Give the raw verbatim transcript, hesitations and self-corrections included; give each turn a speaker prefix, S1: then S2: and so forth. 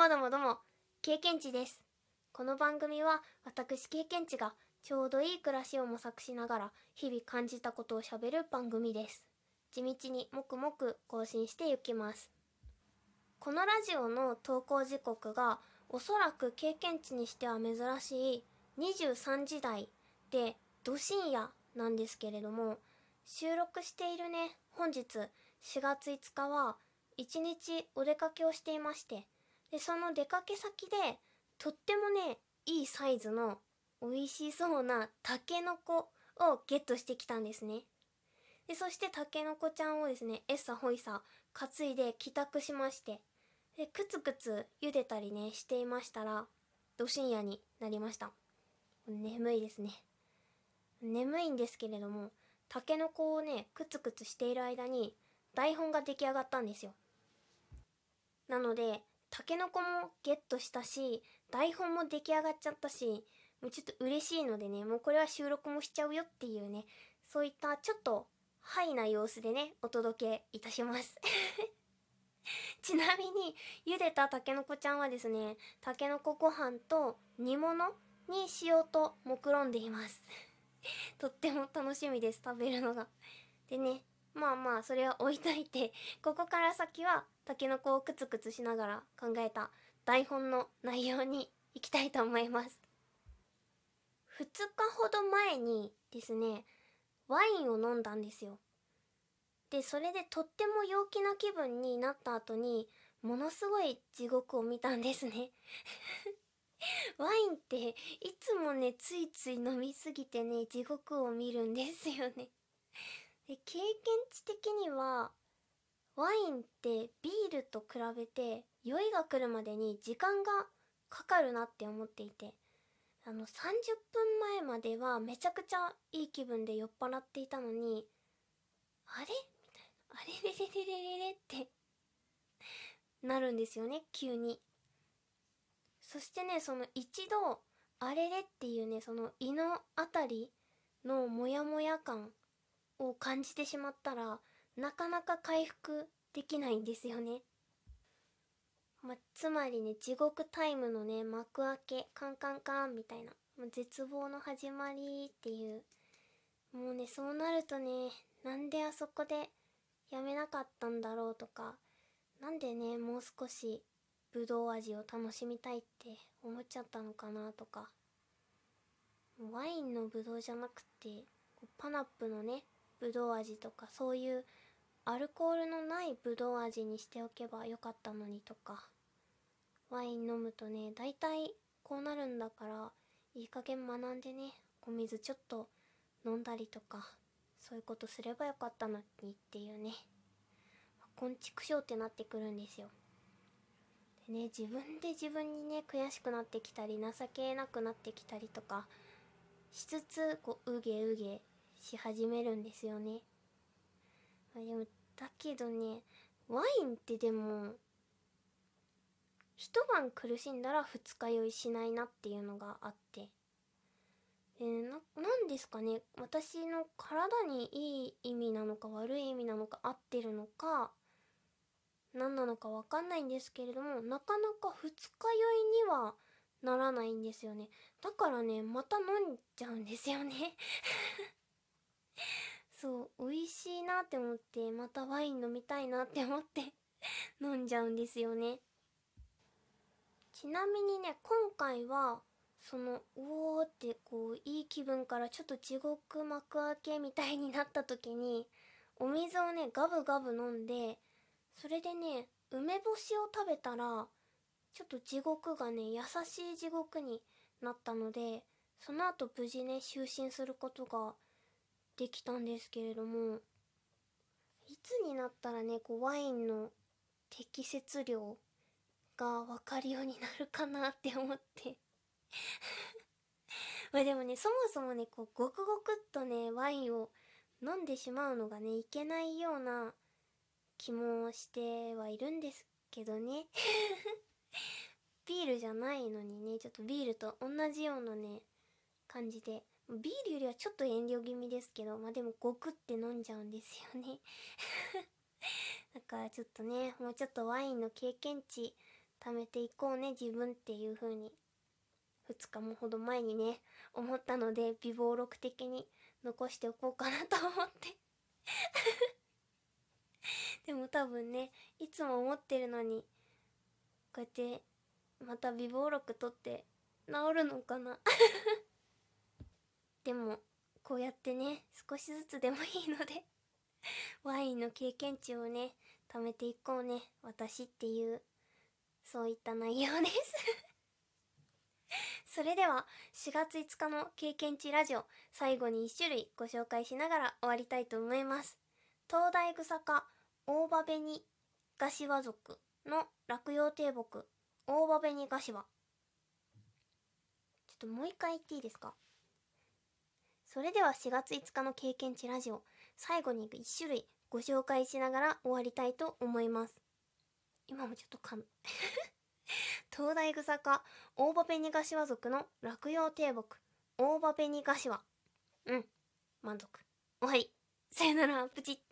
S1: もどうもどうも、経験値です。この番組は私経験値がちょうどいい暮らしを模索しながら日々感じたことをしゃべる番組です。地道にもくもく更新していきます。このラジオの投稿時刻がおそらく経験値にしては珍しいにじゅうさんじ台でど深夜なんですけれども、収録しているね本日しがついつかは一日お出かけをしていまして、でその出かけ先でとってもねいいサイズの美味しそうなタケノコをゲットしてきたんですね。でそしてタケノコちゃんをですね、えっさほいさ担いで帰宅しまして、でくつくつ茹でたりねしていましたらど深夜になりました。眠いですね。眠いんですけれども、タケノコをねくつくつしている間に台本が出来上がったんですよ。なのでタケノコもゲットしたし台本も出来上がっちゃったし、もうちょっと嬉しいのでね、もうこれは収録もしちゃうよっていうね、そういったちょっとハイな様子でねお届けいたしますちなみに茹でたタケノコちゃんはですね、タケノコご飯と煮物にしようと目論んでいますとっても楽しみです、食べるのが。でね、まあまあそれは置いといて、ここから先はタケノコをクツクツしながら考えた台本の内容に行きたいと思います。ふつかほど前にですね、ワインを飲んだんですよ。でそれでとっても陽気な気分になった後にものすごい地獄を見たんですねワインっていつもねついつい飲みすぎてね地獄を見るんですよね。で経験値的にはワインってビールと比べて酔いが来るまでに時間がかかるなって思っていて、あのさんじゅっぷんまえまではめちゃくちゃいい気分で酔っ払っていたのに、あれみたいな、あれれれれれれれってなるんですよね、急に。そしてね、その一度あれれっていうね、その胃のあたりのモヤモヤ感を感じてしまったらなかなか回復できないんですよね。まあ、つまりね、地獄タイムのね幕開けカンカンカンみたいな、もう絶望の始まりっていう。もうねそうなるとね、なんであそこでやめなかったんだろうとか、なんでねもう少しぶどう味を楽しみたいって思っちゃったのかなとか、ワインのぶどうじゃなくてパナップのねぶどう味とか、そういうアルコールのないぶどう味にしておけばよかったのにとか、ワイン飲むとねだいたいこうなるんだからいい加減学んでねお水ちょっと飲んだりとか、そういうことすればよかったのにっていうね、こんちくしょうってなってくるんですよ。でね、自分で自分にね悔しくなってきたり情けなくなってきたりとかしつつ、こううげうげし始めるんですよね。でもだけどね、ワインってでも一晩苦しんだら二日酔いしないなっていうのがあって、でななんですかね、私の体にいい意味なのか悪い意味なのか合ってるのか何なのか分かんないんですけれども、なかなか二日酔いにはならないんですよね。だからねまた飲んじゃうんですよねそう美味しいなって思って、またワイン飲みたいなって思って飲んじゃうんですよね。ちなみにね今回はそのおーってこういい気分からちょっと地獄幕開けみたいになった時にお水をねガブガブ飲んで、それでね梅干しを食べたらちょっと地獄がね優しい地獄になったので、その後無事ね就寝することができたんですけれども、いつになったらねこうワインの適切量が分かるようになるかなって思ってまあでもねそもそもねこうごくごくっとねワインを飲んでしまうのがねいけないような気もしてはいるんですけどねビールじゃないのにね、ちょっとビールと同じようなね感じで、ビールよりはちょっと遠慮気味ですけど、まあでもごくって飲んじゃうんですよねだからちょっとねもうちょっとワインの経験値貯めていこうね自分っていう風にふつかもほど前にね思ったので、備忘録的に残しておこうかなと思ってでも多分ね、いつも思ってるのにこうやってまた備忘録取って治るのかなでもこうやってね、少しずつでもいいのでワインの経験値をね貯めていこうね私っていう、そういった内容ですそれではしがついつかの経験値ラジオ、最後にいっしゅるいご紹介しながら終わりたいと思います。東大草科大葉紅柏属の落葉低木大葉紅柏。ちょっともう一回言っていいですか。それではしがついつかの経験値ラジオ、最後にいっしゅるいご紹介しながら終わりたいと思います。今もちょっとかん東大草科大葉紅柏属の落葉低木大葉紅柏。うん、満足。終わり。さよなら、プチッ。